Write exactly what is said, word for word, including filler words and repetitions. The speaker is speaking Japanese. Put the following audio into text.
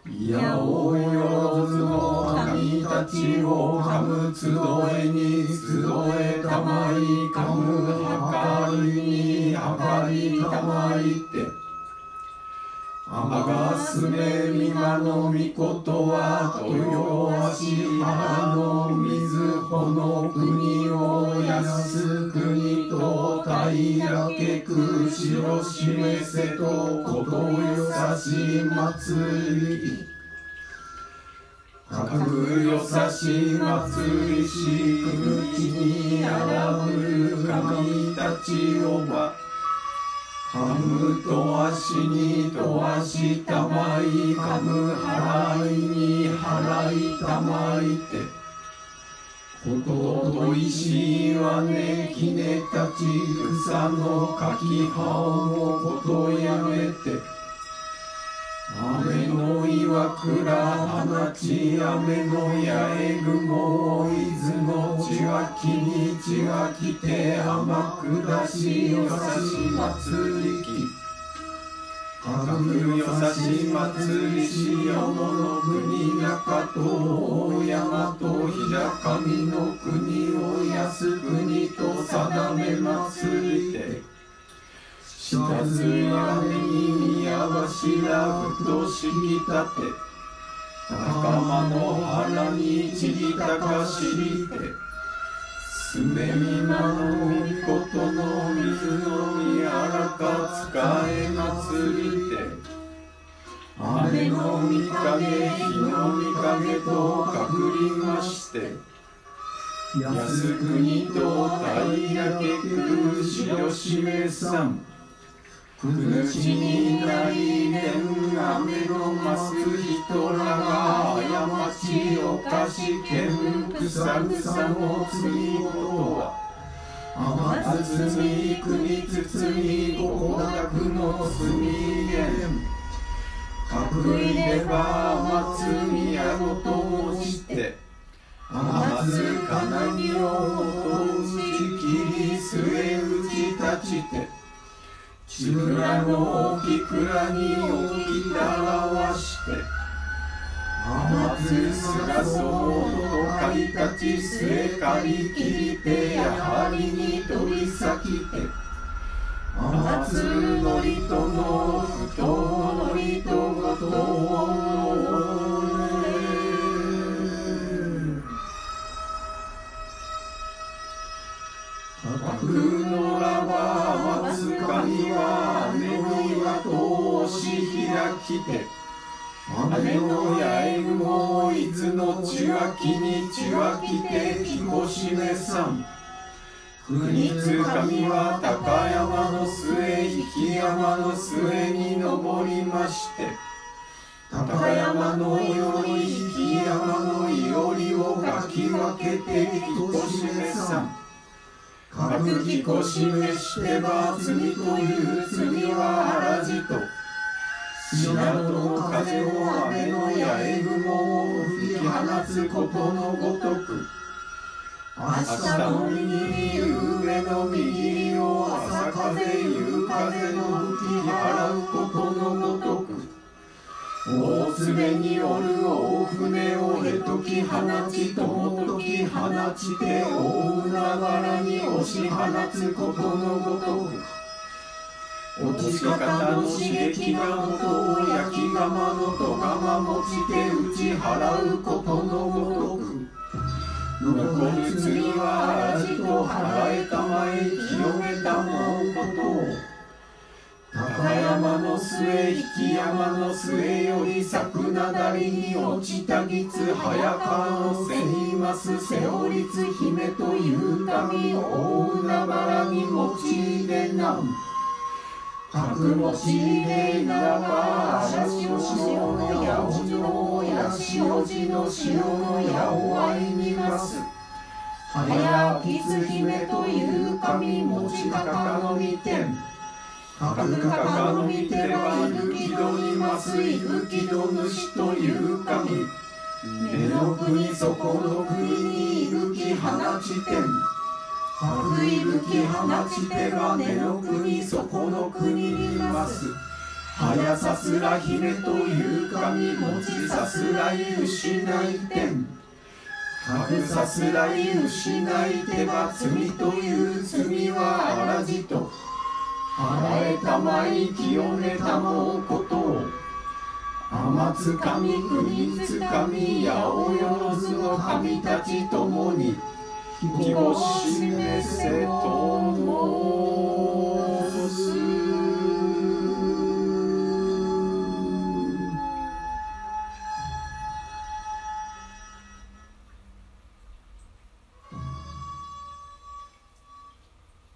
いやおよずの民たちをかむ集えに集えたまいかむはかりにはかりたまいて天がすめみまのみことは豊し原の水穂の国を安国と平けく白示せとことよさし祭りかくよさし祭りしくきにあらぶる神たちをばかむと足にと足たまいかむ払いに払いたまいてことと石はねきねたち草の柿葉をもことやめて雨の岩倉放ち雨の八重雲を伊豆の血はきに血はきて天下しよさし祭りきかくよさし祭りしよもの国中と大山と平上の国を安国と定め祭りて下津屋根に宮柱ふとしぎたて高間の原にちぎたかしりてすめみまのみことの水のみあらか使え祭りて雨の御影日の御影と隠りまして安国と平けく白示さんくぬちにないれん雨のます人らが過ちをかしけんくさぐさの罪事は甘包み国包みご濁の罪げん隠いれば甘罪やごともして甘ずかなぎをもと打ち切り据え打ち立ちてちくらの置き蔵に置きたらわして甘つすらそうとかりたち末かり切りてやはりに取り裂きて甘つのりとのふとのりとごとをくのらはわずかには雨の岩と押し開きて雨の八重雲伊豆の血はきに血はきて彦示さん国津神は高山の末引山の末に登りまして高山のより引山のいおりをかき分けて彦示さんかくきこ示してば罪という罪はあらじと港の風を雨の八重雲を吹き放つことのごとく明日の右に上の右を朝風夕風の吹き払うことのごとく大粒による大船をへとき放ちともとき放ちて大海原に押し放つことのごとく落ち方の刺激がもとを焼き釜のとがま持ちて打ち払うことのごとく残る罪はあらじと払えたまえ清めたもうことを高山の末引山の末より咲なだりに落ちたぎつ早川のせいますせおりつ姫という神大海原に用いでなん角持ちでなが嵐の潮の八百のや潮路の潮の八百合にます早きつ姫という神持ちかかのみてんかくかかのみてはゆきどにますゆきど主という神目の国そこの国にゆき放ちてんかくいぶき放ちては根の国そこの国にいますはやさすらひれという神持ちさすらい失いてんかぐさすらい失いてば罪という罪はあらじと払えたまい清めたもうことを天つかみ国つかみ八百万の神たちともに気を示せとも